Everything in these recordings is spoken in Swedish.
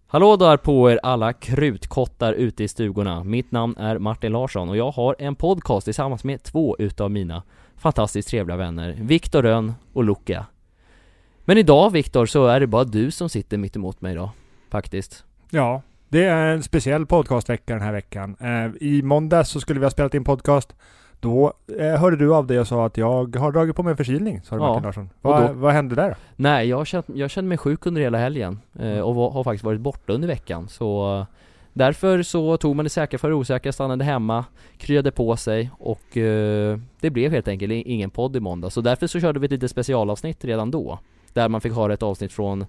Hallå där på er alla krutkottar ute i stugorna. Mitt namn är Martin Larsson och jag har en podcast tillsammans med två utav mina fantastiskt trevliga vänner, Viktor Rönn och Luca. Men idag, Viktor, så är det bara du som sitter mitt emot mig idag, faktiskt. Ja, det är en speciell podcastvecka den här veckan. I måndags så skulle vi ha spelat in podcast. Då hörde du av dig och sa att jag har dragit på mig en förkylning, sa Martin Larsson. Vad hände där då? Nej, jag kände mig sjuk under hela helgen och har faktiskt varit borta under veckan. Så därför så tog man det säkra för det osäkra, stannade hemma, kryade på sig och det blev helt enkelt ingen podd i måndag. Så därför så körde vi ett litet specialavsnitt redan då. Där man fick höra ett avsnitt från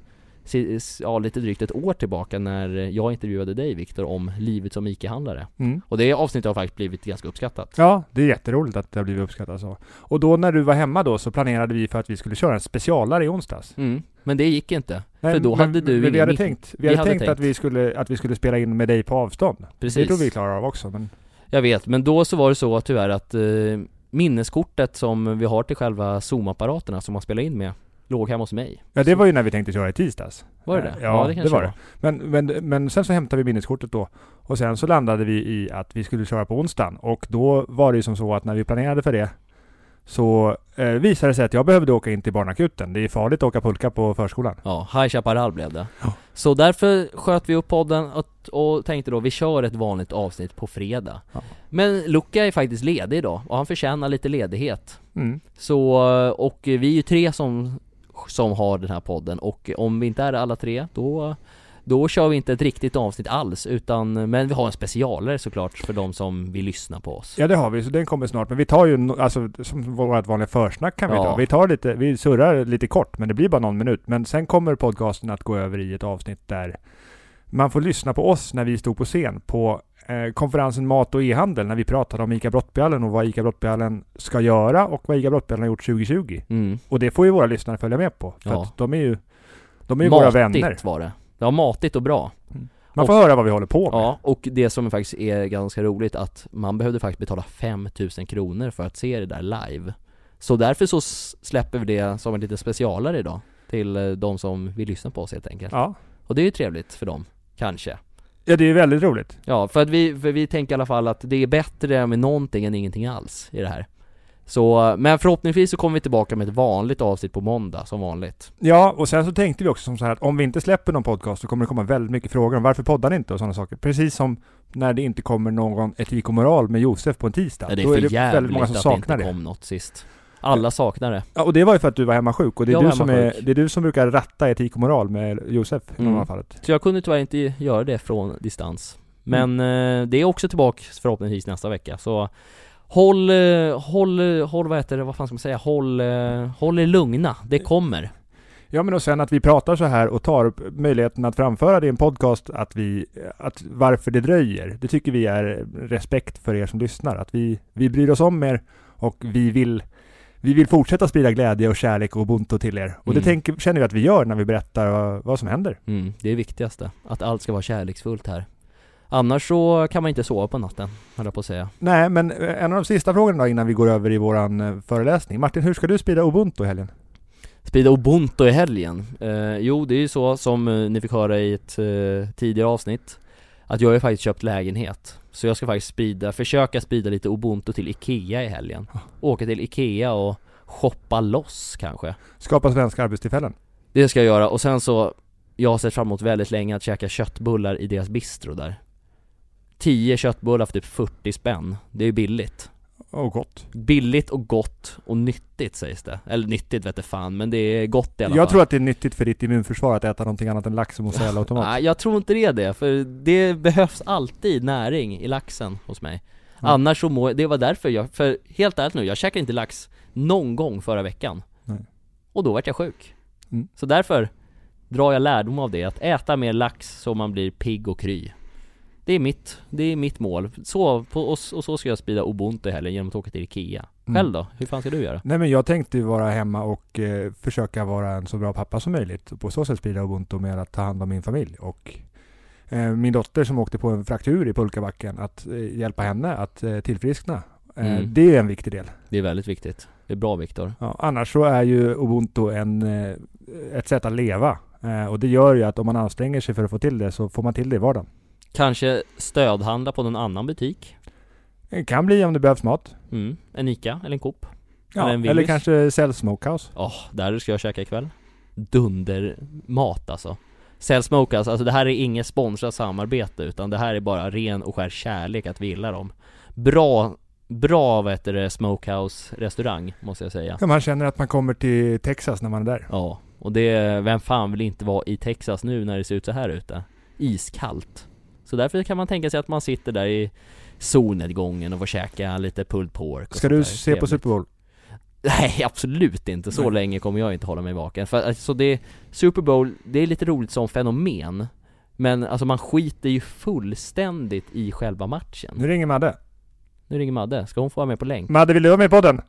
lite drygt ett år tillbaka när jag intervjuade dig, Viktor, om livet som ICA-handlare. Och det avsnittet har faktiskt blivit ganska uppskattat. Ja, det är jätteroligt att det har blivit uppskattat så. Och då när du var hemma då så planerade vi för att vi skulle köra en specialare i onsdags. Men det gick inte. Nej, för då hade du vi hade tänkt att vi skulle spela in med dig på avstånd. Precis. Det tror vi klarar av också. Men... Jag vet, men då så var det så att tyvärr att minneskortet som vi har till själva Zoom-apparaterna som man spelar in med låg hemma hos mig. Ja, det var ju när vi tänkte köra i tisdags. Var det det? Ja, det var det. Men sen så hämtade vi minneskortet då. Och sen så landade vi i att vi skulle köra på onsdagen. Och då var det ju som så att när vi planerade för det så visade det sig att jag behövde åka in till barnakuten. Det är farligt att åka pulka på förskolan. Ja, High Chaparral blev det. Ja. Så därför sköt vi upp podden och tänkte då vi kör ett vanligt avsnitt på fredag. Ja. Men Luca är faktiskt ledig idag och han förtjänar lite ledighet. Så, och vi är ju tre som har den här podden, och om vi inte är alla tre då kör vi inte ett riktigt avsnitt alls, men vi har en specialare såklart för de som vill lyssna på oss. Ja, det har vi, så den kommer snart, men vi tar ju som vårt vanliga försnack kan vi ta. Vi surrar lite kort, men det blir bara någon minut, men sen kommer podcasten att gå över i ett avsnitt där man får lyssna på oss när vi stod på scen på konferensen Mat och e-handel, när vi pratade om ICA Brottbjallen och vad ICA Brottbjallen ska göra och vad ICA Brottbjallen har gjort 2020. Och det får ju våra lyssnare följa med på, för att de är ju våra vänner. Matigt var det. Ja, matigt och bra. Man får höra vad vi håller på med. Ja, och det som faktiskt är ganska roligt att man behövde faktiskt betala 5 000 kronor för att se det där live. Så därför så släpper vi det som en liten specialare idag till de som vill lyssna på oss helt enkelt. Ja. Och det är ju trevligt för dem, kanske. Ja, det är väldigt roligt. Ja, för vi tänker i alla fall att det är bättre med någonting än ingenting alls i det här. Så, men förhoppningsvis så kommer vi tillbaka med ett vanligt avsnitt på måndag, som vanligt. Ja, och sen så tänkte vi också som så här att om vi inte släpper någon podcast så kommer det komma väldigt mycket frågor om varför poddar inte och sådana saker. Precis som när det inte kommer någon etik och moral med Josef på en tisdag. Ja, det är för jävligt många som saknar det. Kom något sist. Alla saknar det. Ja, och det var ju för att du var hemma sjuk och det är du som brukar ratta etik och moral med Josef i några fallet. Så jag kunde tyvärr inte göra det från distans. Men det är också tillbaka förhoppningsvis nästa vecka. Så håll vad heter det? Vad fan ska man säga? Håll er lugna. Det kommer. Ja, men och sen att vi pratar så här och tar upp möjligheten att framföra det i en podcast, att varför det dröjer. Det tycker vi är respekt för er som lyssnar. Att vi bryr oss om er och vi vill fortsätta sprida glädje och kärlek och ubuntu till er. Och det känner vi att vi gör när vi berättar vad som händer. Det är viktigaste. Att allt ska vara kärleksfullt här. Annars så kan man inte sova på natten, höll jag på att säga. Nej, men en av de sista frågorna innan vi går över i våran föreläsning. Martin, hur ska du sprida ubuntu i helgen? Sprida ubuntu i helgen? Jo, det är ju så som ni fick höra i ett tidigare avsnitt, att jag har faktiskt köpt lägenhet. Så jag ska faktiskt försöka sprida lite ubuntu till Ikea i helgen. Åka till Ikea och shoppa loss kanske. Skapa svenska arbetstillfällen. Det ska jag göra. Och sen så, jag har sett fram emot väldigt länge att käka köttbullar i deras bistro där. 10 köttbullar för typ 40 spänn. Det är ju billigt. Och gott. Billigt och gott och nyttigt sägs det. Eller nyttigt vet jag fan, men det är gott i alla fall. Jag tror att det är nyttigt för ditt immunförsvar att äta någonting annat än lax och mozzarella och tomat. Nej, jag tror inte det är det. För det behövs alltid näring i laxen hos mig. Annars så det var därför för helt ärligt nu, jag käkade inte lax någon gång förra veckan. Nej. Och då vart jag sjuk. Så därför drar jag lärdom av det. Att äta mer lax så man blir pigg och kry. Det är mitt mål. Så ska jag sprida ubuntu heller genom att åka till Ikea. Själv då? Hur fan ska du göra? Nej, men jag tänkte vara hemma och försöka vara en så bra pappa som möjligt. Och på så sätt sprida ubuntu med att ta hand om min familj. Och min dotter som åkte på en fraktur i pulkabacken, att hjälpa henne att tillfriskna. Det är en viktig del. Det är väldigt viktigt. Det är bra, Viktor. Ja, annars så är ju ubuntu ett sätt att leva. Och det gör ju att om man anstränger sig för att få till det så får man till det i vardagen. Kanske stödhandla på någon annan butik. Det kan bli om det behövs mat. En Ica eller en Coop. Ja, eller kanske Cell Smokehouse. Där ska jag käka ikväll. Dundermat alltså. Cell Smokehouse, alltså det här är inget sponsrat samarbete, utan det här är bara ren och skär kärlek att vi gillar dem. Bra Smokehouse-restaurang, måste jag säga. Ja, man känner att man kommer till Texas när man är där. Ja, och vem fan vill inte vara i Texas nu när det ser ut så här ute? Iskallt. Så därför kan man tänka sig att man sitter där i solnedgången och får käka lite pulled pork. Ska du se på Super Bowl? Nej, absolut inte. Så länge kommer jag inte hålla mig vaken. För alltså Super Bowl, det är lite roligt som fenomen. Men alltså man skiter ju fullständigt i själva matchen. Nu ringer Madde. Ska hon få vara med på länk? Madde, vill du vara med i podden?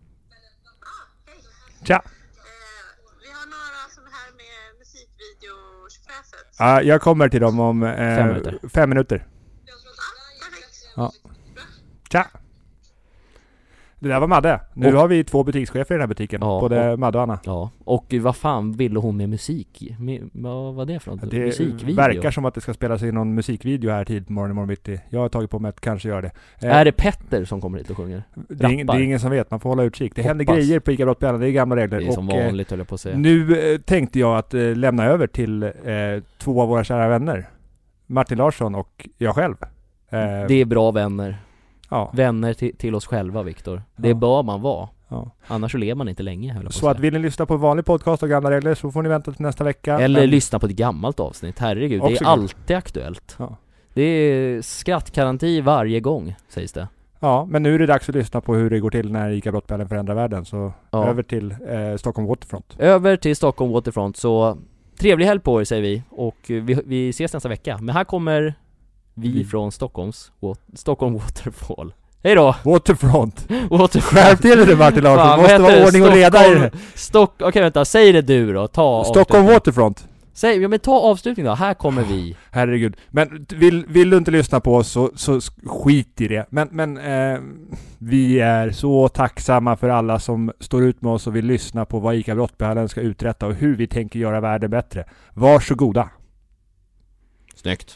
Tja! Vi har några som är här med musikvideofräset. Ja, jag kommer till dem om 5 minuter. Ja. Tja! Det där var Madde. Nu har vi 2 butikschefer i den här butiken. Både Madde och Anna. Ja, och vad fan ville hon med musik? Vad var det för något? Det musikvideo? Verkar som att det ska spelas in någon musikvideo här tid morgon bitti. Jag har tagit på mig att kanske göra det. Är det Petter som kommer hit och sjunger? Det är ingen som vet, man får hålla utkik. Det händer grejer på Ica Brottbjärna, det är gamla regler. Det är som vanligt, höll jag på att säga. Nu tänkte jag att lämna över till 2 av våra kära vänner. Martin Larsson och jag själv. Det är bra vänner. Ja. Vänner till oss själva, Viktor. Det bör man vara. Ja. Annars så lever man inte länge. Så att vill ni lyssna på en vanlig podcast och gamla regler så får ni vänta till nästa vecka. Eller lyssna på ett gammalt avsnitt. Herregud, det är alltid aktuellt. Ja. Det är skrattgaranti varje gång, sägs det. Ja, men nu är det dags att lyssna på hur det går till när Ica Brottbjärna förändrar världen. Så över till Stockholm Waterfront. Över till Stockholm Waterfront. Så trevlig helg på er, säger vi. Och vi ses nästa vecka. Men här kommer vi från Stockholm Waterfall. Hej då! Waterfront. Skärp till det, Martin Larsson. Måste vara ordning och reda i det. Okej, vänta. Säg det du då. Stockholm Waterfront. Men ta avslutning då. Här kommer vi. Herregud. Men vill du inte lyssna på oss så skit i det. Men vi är så tacksamma för alla som står ut med oss och vill lyssna på vad Ica Brottbjärna ska uträtta och hur vi tänker göra världen bättre. Varsågoda. Snyggt.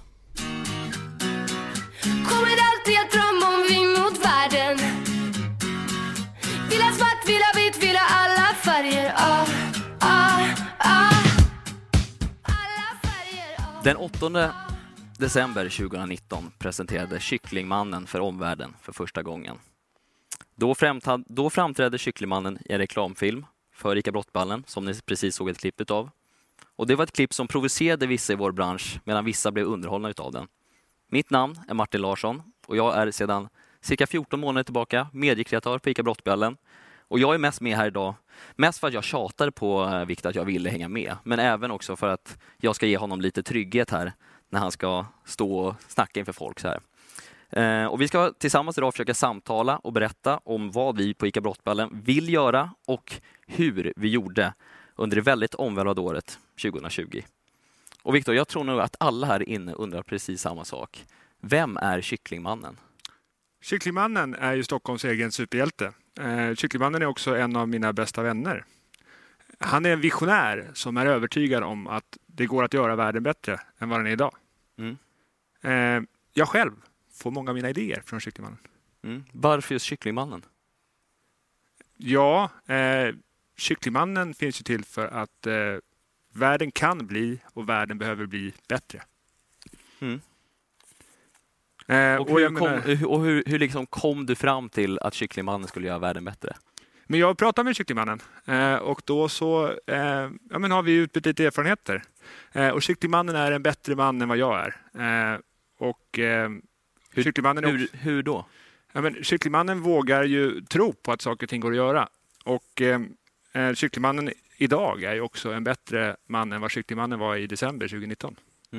Kommer alltid att drömma om vi mot världen. Vill ha svart, vill ha vitt, vill ha alla färger. Alla färger. Den 8 december 2019 presenterade Kycklingmannen för omvärlden för första gången. Då framträdde Kycklingmannen i en reklamfilm för Ica Brottballen, som ni precis såg ett klipp utav. Och det var ett klipp som provocerade vissa i vår bransch, medan vissa blev underhållna utav den. Mitt namn är Martin Larsson och jag är sedan cirka 14 månader tillbaka mediekreatör på Ica Brottballen. Och jag är mest med här idag, mest för att jag tjatade på Viktor att jag ville hänga med. Men även också för att jag ska ge honom lite trygghet här när han ska stå och snacka inför folk så här. Och vi ska tillsammans idag försöka samtala och berätta om vad vi på Ica Brottballen vill göra och hur vi gjorde under det väldigt omvälvade året 2020. Och Viktor, jag tror nog att alla här inne undrar precis samma sak. Vem är Kycklingmannen? Kycklingmannen är ju Stockholms egen superhjälte. Kycklingmannen är också en av mina bästa vänner. Han är en visionär som är övertygad om att det går att göra världen bättre än vad den är idag. Jag själv får många av mina idéer från Kycklingmannen. Varför just Kycklingmannen? Ja, Kycklingmannen finns ju till för att världen kan bli och världen behöver bli bättre. Och hur liksom kom du fram till att Kycklingmannen skulle göra världen bättre? Men jag pratade med Kycklingmannen och då så har vi utbytt lite erfarenheter. Och Kycklingmannen är en bättre man än vad jag är. Hur då? Kycklingmannen vågar ju tro på att saker och ting går att göra. Och Kycklingmannen idag är ju också en bättre man än vad Kycklingmannen var i december 2019.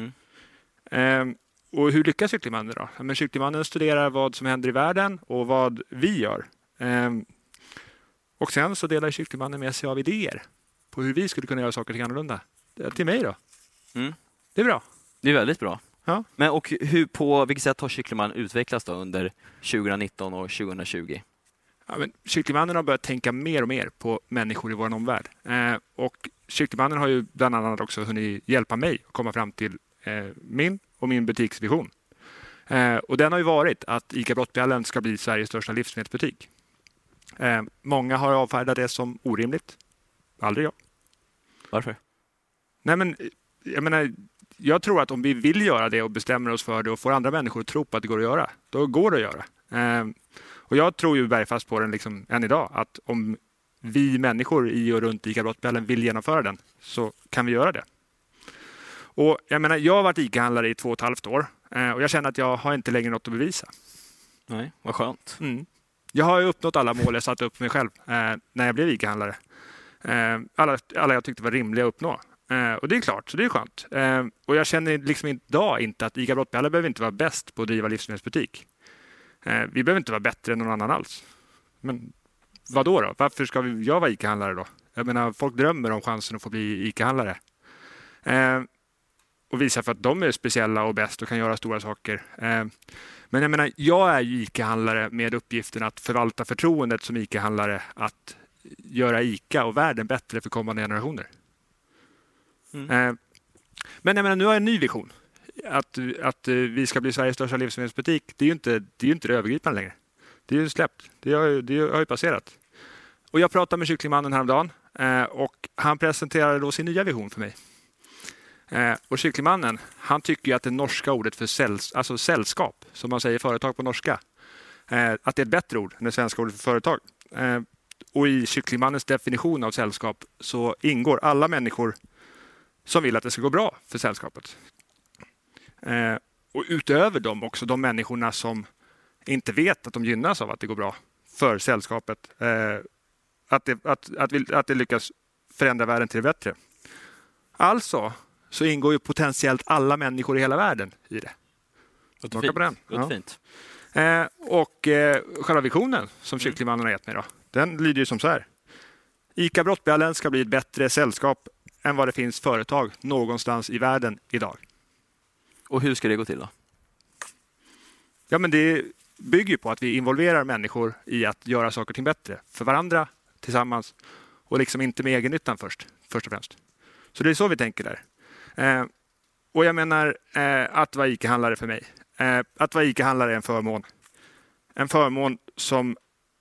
Och hur lyckas Kycklingmannen då? Men Kycklingmannen studerar vad som händer i världen och vad vi gör. Och sen så delar Kycklingmannen med sig av idéer på hur vi skulle kunna göra saker och ting annorlunda. Till mig då. Det är bra. Det är väldigt bra. Ja. Men och på vilket sätt har Kycklingmannen utvecklats då under 2019 och 2020? Ja, men Kycklingmannen har börjat tänka mer och mer på människor i vår omvärld. Och Kycklingmannen har ju bland annat också hunnit hjälpa mig att komma fram till min butiksvision. Och den har ju varit att ICA Brottbjällen ska bli Sveriges största livsmedelsbutik. Många har avfärdat det som orimligt. Aldrig jag. Varför? Nej, men jag tror att om vi vill göra det och bestämmer oss för det och får andra människor att tro på att det går att göra, då går det att göra. Och jag tror ju bergfast på den liksom än idag, att om vi människor i och runt ICA Brottbjällen vill genomföra den, så kan vi göra det. Och jag har varit ICA-handlare i 2,5 år och jag känner att jag har inte längre något att bevisa. Nej, vad skönt. Jag har ju uppnått alla mål jag satt upp för mig själv när jag blev ICA-handlare. Alla jag tyckte var rimliga att uppnå. Och det är klart, så det är skönt. Och jag känner liksom idag inte att ICA Brottbjällen behöver inte vara bäst på att driva livsmedelsbutik. Vi behöver inte vara bättre än någon annan alls. Men vad då? Varför ska jag vara ICA-handlare då? Jag menar, folk drömmer om chansen att få bli ICA-handlare. Och visa för att de är speciella och bäst och kan göra stora saker. Men jag menar, jag är ju ICA-handlare med uppgiften att förvalta förtroendet som ICA-handlare, att göra ICA och världen bättre för kommande generationer. Men jag menar, nu har jag en ny vision. Att vi ska bli Sveriges största livsmedelsbutik, det är ju inte det övergripande längre. Det är ju släppt. Det har ju passerat. Och jag pratade med Kycklingmannen häromdagen och han presenterade då sin nya vision för mig. Och Kycklingmannen, han tycker ju att det norska ordet för sällskap, som man säger företag på norska, att det är ett bättre ord än det svenska ordet för företag. Och i Kycklingmannens definition av sällskap så ingår alla människor som vill att det ska gå bra för sällskapet. Och utöver dem också de människorna som inte vet att de gynnas av att det går bra för sällskapet. Att det lyckas förändra världen till det bättre. Alltså så ingår ju potentiellt alla människor i hela världen i det. Låter på den. Låter fint. Och själva visionen som Kycklingmannen har gett mig då, den lyder ju som så här. ICA Brottbjällen ska bli ett bättre sällskap än vad det finns företag någonstans i världen idag. Och hur ska det gå till då? Ja, men det bygger ju på att vi involverar människor i att göra saker och ting bättre för varandra, tillsammans, och liksom inte med egennyttan först och främst. Så det är så vi tänker där. Och jag menar att vara ICA-handlare för mig. Att vara ICA-handlare är en förmån. En förmån som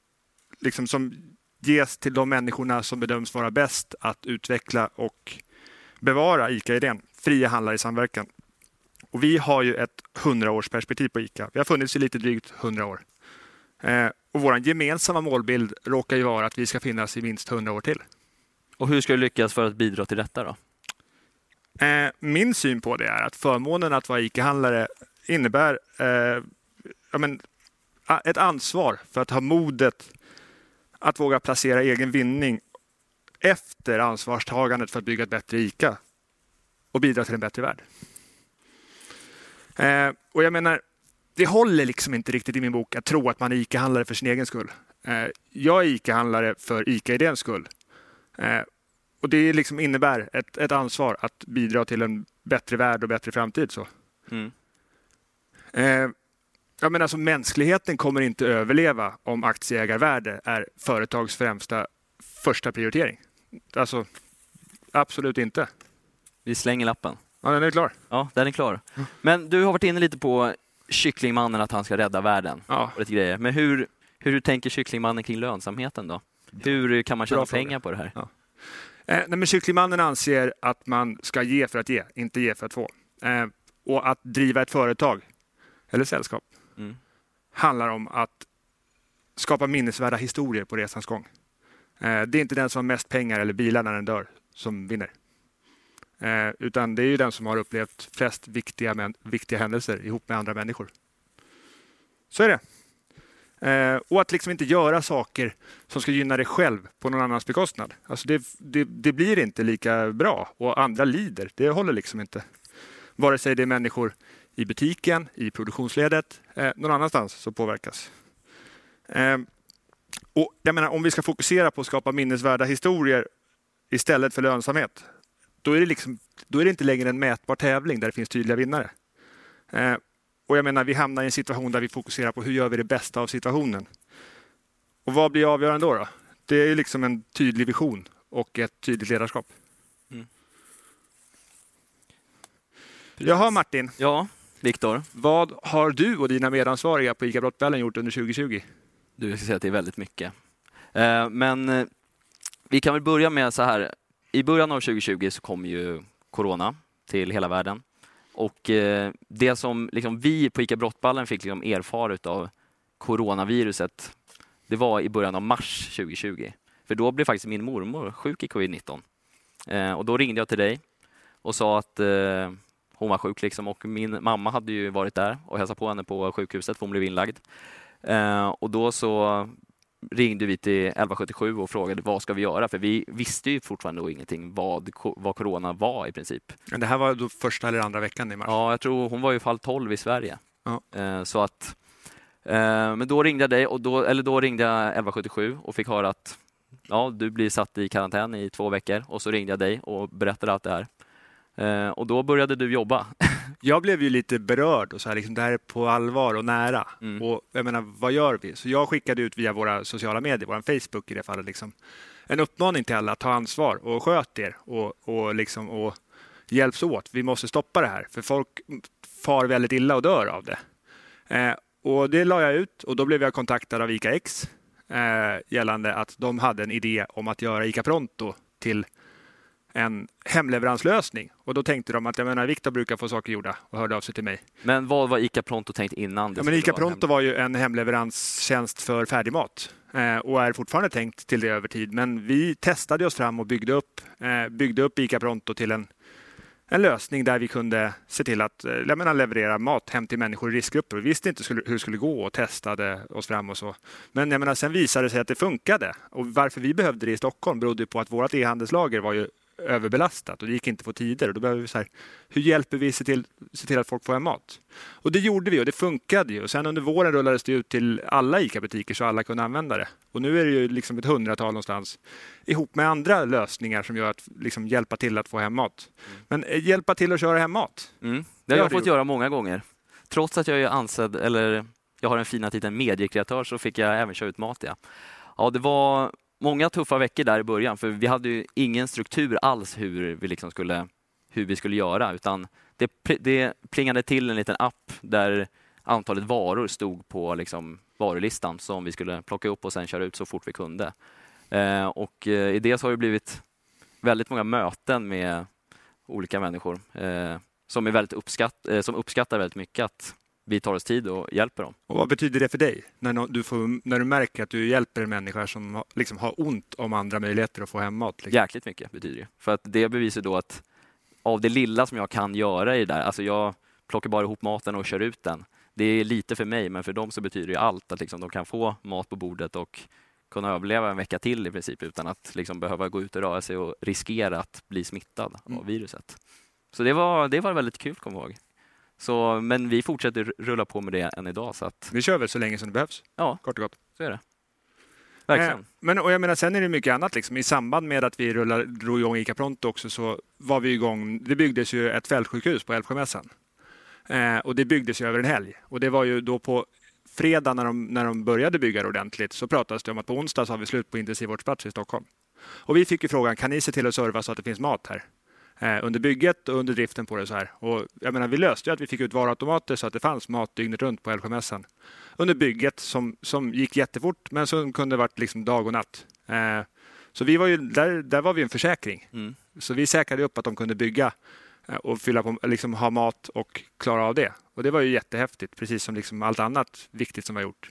ges till de människorna som bedöms vara bäst att utveckla och bevara ICA-idén. Fria handlare i samverkan. Och vi har ju ett 100-årsperspektiv på ICA. Vi har funnits i lite drygt 100 år. Och vår gemensamma målbild råkar ju vara att vi ska finnas i minst 100 år till. Och hur ska du lyckas för att bidra till detta då? Min syn på det är att förmånen att vara ICA-handlare innebär ett ansvar för att ha modet att våga placera egen vinning efter ansvarstagandet för att bygga ett bättre ICA och bidra till en bättre värld. Och jag menar, det håller liksom inte riktigt i min bok att tro att man är ICA-handlare för sin egen skull. Jag är ICA-handlare för ICA-idéns skull. Och det liksom innebär ett ansvar att bidra till en bättre värld och bättre framtid. Så. Jag menar, alltså, mänskligheten kommer inte överleva om aktieägarvärde är företags första prioritering. Alltså, absolut inte. Vi slänger lappen. Ja, den är klar. Ja, den är klar. Men du har varit inne lite på Kycklingmannen, att han ska rädda världen. Ja. Och lite grejer. Men hur tänker Kycklingmannen kring lönsamheten då? Hur kan man tjäna pengar på det här? Ja. Men Kycklingmannen anser att man ska ge för att ge, inte ge för att få. Och att driva ett företag eller sällskap handlar om att skapa minnesvärda historier på resans gång. Det är inte den som har mest pengar eller bilar när den dör som vinner. Utan det är ju den som har upplevt flest viktiga händelser ihop med andra människor. Så är det. Och att liksom inte göra saker som ska gynna dig själv på någon annans bekostnad. Alltså det blir inte lika bra och andra lider. Det håller liksom inte. Vare sig det är människor i butiken, i produktionsledet, någon annanstans som påverkas. Och jag menar, om vi ska fokusera på att skapa minnesvärda historier istället för lönsamhet, då är det inte längre en mätbar tävling där det finns tydliga vinnare. Och jag menar, vi hamnar i en situation där vi fokuserar på hur gör vi det bästa av situationen. Och vad blir avgörande då? Det är ju liksom en tydlig vision och ett tydligt ledarskap. Jaha Martin, Ja, Viktor. vad har du och dina medansvariga på ICA Brottballen gjort under 2020? Du, jag ska säga att det är väldigt mycket. Men vi kan väl börja med så här. I början av 2020 så kom ju corona till hela världen. Och det som liksom vi på ICA Brottballen fick liksom erfara av coronaviruset, det var i början av mars 2020. För då blev faktiskt min mormor sjuk i covid-19. Och då ringde jag till dig och sa att hon var sjuk liksom. Och min mamma hade ju varit där och hälsat på henne på sjukhuset för hon blev inlagd. Och då så ringde vi till 1177 och frågade vad ska vi göra? För vi visste ju fortfarande då ingenting vad corona var i princip. Men det här var då första eller andra veckan i mars? Ja, jag tror hon var ju fall 12 i Sverige. Ja. Så att, men då ringde jag dig och då ringde jag 1177 och fick höra att ja, du blir satt i karantän i 2 veckor. Och så ringde jag dig och berättade allt det här. Och då började du jobba. Jag blev ju lite berörd och så här, liksom, det här är på allvar och nära. Och jag menar, vad gör vi? Så jag skickade ut via våra sociala medier, vår Facebook i det fallet, liksom, en uppmaning till alla att ta ansvar och sköt er och hjälps åt. Vi måste stoppa det här, för folk far väldigt illa och dör av det. Och det la jag ut och då blev jag kontaktad av ICA X gällande att de hade en idé om att göra ICA Pronto till en hemleveranslösning. Och då tänkte de att Viktor brukar få saker gjorda och hörde av sig till mig. Men vad var ICA Pronto tänkt innan? Men ICA Pronto var ju en hemleveranstjänst för färdigmat och är fortfarande tänkt till det över tid. Men vi testade oss fram och byggde upp ICA Pronto till en lösning där vi kunde se till att leverera mat hem till människor i riskgrupper. Vi visste inte hur det skulle gå och testade oss fram och så. Men sen visade det sig att det funkade. Och varför vi behövde det i Stockholm berodde på att vårt e-handelslager var ju överbelastat och det gick inte att få tider. Och då behöver vi så här, hur hjälper vi se till att folk får hem mat? Och det gjorde vi och det funkade ju. Och sen under våren rullades det ut till alla ICA-butiker så alla kunde använda det. Och nu är det ju liksom ett 100-tal någonstans ihop med andra lösningar som gör att liksom hjälpa till att få hem mat. Men hjälpa till att köra hem mat. Det har jag fått göra många gånger. Trots att jag är ansedd, eller jag har den fina titeln mediekreatör, så fick jag även köra ut mat. Ja, det var många tuffa veckor där i början, för vi hade ju ingen struktur alls hur vi skulle göra, utan det plingade till en liten app där antalet varor stod på liksom varulistan som vi skulle plocka upp och sen köra ut så fort vi kunde. Och i det så har det blivit väldigt många möten med olika människor som är väldigt som uppskattar väldigt mycket att vi tar oss tid och hjälper dem. Och vad betyder det för dig när du märker att du hjälper en människa som liksom har ont om andra möjligheter att få hem mat? Liksom? Jäkligt mycket betyder det. För att det bevisar då att av det lilla som jag kan göra i det där, alltså jag plockar bara ihop maten och kör ut den. Det är lite för mig, men för dem så betyder det allt att liksom de kan få mat på bordet och kunna överleva en vecka till i princip utan att liksom behöva gå ut och röra sig och riskera att bli smittad av viruset. Så det var väldigt kul, kommer jag ihåg. Så, men vi fortsätter rulla på med det än idag. Så att... Vi kör väl så länge som det behövs. Ja, kort och gott. Så är det. Verkligen. Men och jag menar, sen är det mycket annat. Liksom. I samband med att vi drog igång ICA Pronto också så var vi igång. Det byggdes ju ett fältsjukhus på Älvsjömässan. Och det byggdes ju över en helg. Och det var ju då på fredag när de började bygga det ordentligt så pratades det om att på onsdag så har vi slut på intensivvårdsplatser i Stockholm. Och vi fick ju frågan, kan ni se till att serva så att det finns mat här? Under bygget och under driften på det så här. Och jag menar, vi löste ju att vi fick ut varuautomater så att det fanns mat dygnet runt på Älvsjömässan. Under bygget som gick jättefort men som kunde varit liksom dag och natt. Så vi var ju, där var vi en försäkring. Så vi säkrade upp att de kunde bygga och fylla på, liksom ha mat och klara av det. Och det var ju jättehäftigt, precis som liksom allt annat viktigt som vi har gjort.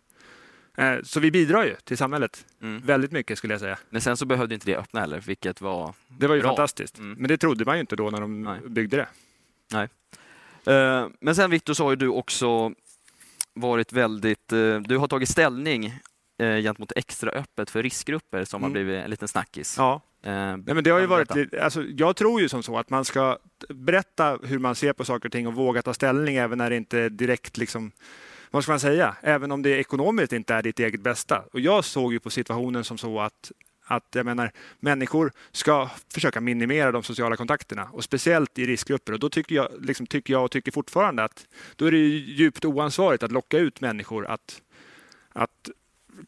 Så vi bidrar ju till samhället väldigt mycket, skulle jag säga. Men sen så behövde inte det öppna heller, vilket var det var ju bra. Fantastiskt. Men det trodde man ju inte då när de byggde det. Nej. Men sen Viktor, så har ju du också varit väldigt... du har tagit ställning gentemot extra öppet för riskgrupper som har blivit en liten snackis. Ja. Nej, men det har ju varit, alltså, jag tror ju som så att man ska berätta hur man ser på saker och ting och våga ta ställning även när det inte är direkt liksom, vad ska man säga, även om det ekonomiskt inte är ditt eget bästa. Och jag såg ju på situationen som så att jag menar, människor ska försöka minimera de sociala kontakterna och speciellt i riskgrupper. Och då tycker jag och tycker fortfarande att då är det djupt oansvarigt att locka ut människor att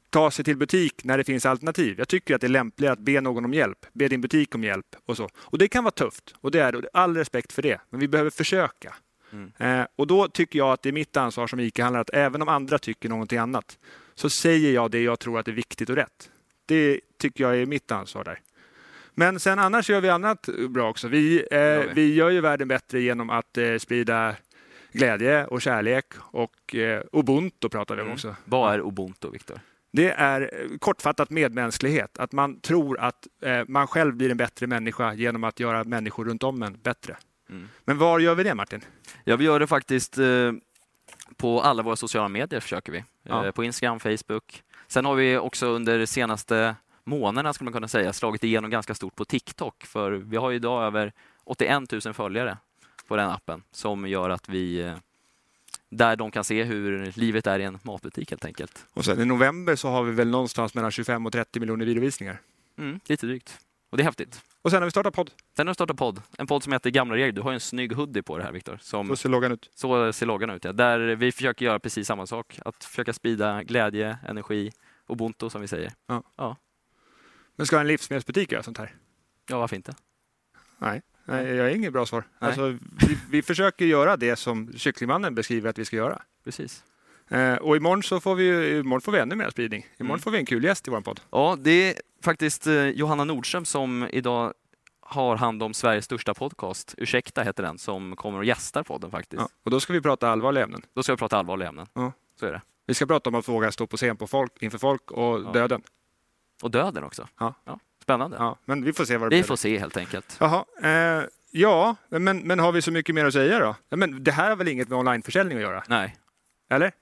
ta sig till butik när det finns alternativ. Jag tycker att det är lämpligare att be någon om hjälp. Be din butik om hjälp och så. Och det kan vara tufft. Och det är all respekt för det. Men vi behöver försöka. Och då tycker jag att det är mitt ansvar som ICA-handlare att även om andra tycker någonting annat så säger jag det jag tror att är viktigt och rätt. Det tycker jag är mitt ansvar där. Men sen annars gör vi annat bra också. Vi gör ju världen bättre genom att sprida glädje och kärlek och Ubuntu pratar vi om också. Vad är Ubuntu, Viktor? Det är kortfattat medmänsklighet. Att man tror att man själv blir en bättre människa genom att göra människor runt om en bättre. Men var gör vi det, Martin? Ja, vi gör det faktiskt på alla våra sociala medier försöker vi. På Instagram, Facebook. Sen har vi också under senaste månaderna skulle man kunna säga slagit igenom ganska stort på TikTok. För vi har ju idag över 81 000 följare på den appen som gör att vi där de kan se hur livet är i en matbutik helt enkelt. Och sen i november så har vi väl någonstans mellan 25 och 30 miljoner videovisningar. Lite drygt. Och det är häftigt. Och sen har vi startat podd. En podd som heter Gamla regler. Du har ju en snygg hoodie på det här, Viktor. Så ser loggan ut. Så ser loggan ut, ja. Där vi försöker göra precis samma sak. Att försöka sprida glädje, energi, Ubuntu som vi säger. Ja. Men ska en livsmedelsbutik göra sånt här? Ja, varför inte? Nej, jag har inget bra svar. Alltså, vi försöker göra det som Kycklingmannen beskriver att vi ska göra. Precis. Och imorgon får vi ännu mer spridning. Imorgon får vi en kul gäst i vår podd. Ja, det är faktiskt Johanna Nordström som idag har hand om Sveriges största podcast. Ursäkta heter den, som kommer och gästar podden faktiskt. Ja, och då ska vi prata allvarliga ämnen. Ja. Så är det. Vi ska prata om att våga stå på scen inför folk och döden. Och döden också. Ja. Spännande. Ja, men vi får se vad det blir. Vi får se helt enkelt. Jaha, men har vi så mycket mer att säga då? Ja, men det här har väl inget med onlineförsäljning att göra? Nej. Eller?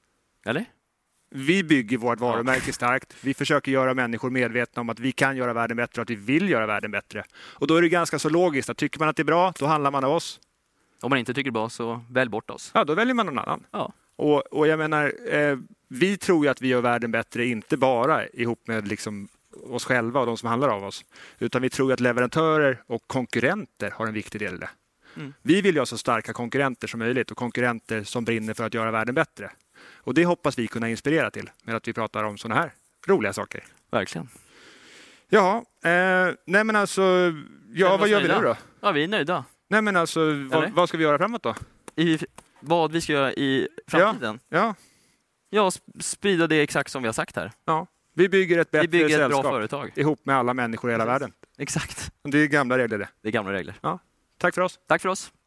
Vi bygger vårt varumärke starkt. Vi försöker göra människor medvetna om att vi kan göra världen bättre och att vi vill göra världen bättre. Och då är det ganska så logiskt att tycker man att det är bra, då handlar man av oss. Om man inte tycker det är bra så välj bort oss. Ja, då väljer man någon annan. Ja. Och jag menar, vi tror ju att vi gör världen bättre inte bara ihop med liksom oss själva och de som handlar av oss. Utan vi tror att leverantörer och konkurrenter har en viktig del i det. Vi vill ju ha så starka konkurrenter som möjligt och konkurrenter som brinner för att göra världen bättre. Och det hoppas vi kunna inspirera till med att vi pratar om sådana här roliga saker. Verkligen. Ja, nej men alltså, vad gör vi nu då? Ja, vi är nöjda. Nej men alltså, vad ska vi göra framåt då? Vad vi ska göra i framtiden? Ja, sprida det exakt som vi har sagt här. Ja, vi bygger ett bättre sällskap. Bra företag. Ihop med alla människor i hela världen. Exakt. Det är gamla regler det. Det är gamla regler. Ja, tack för oss. Tack för oss.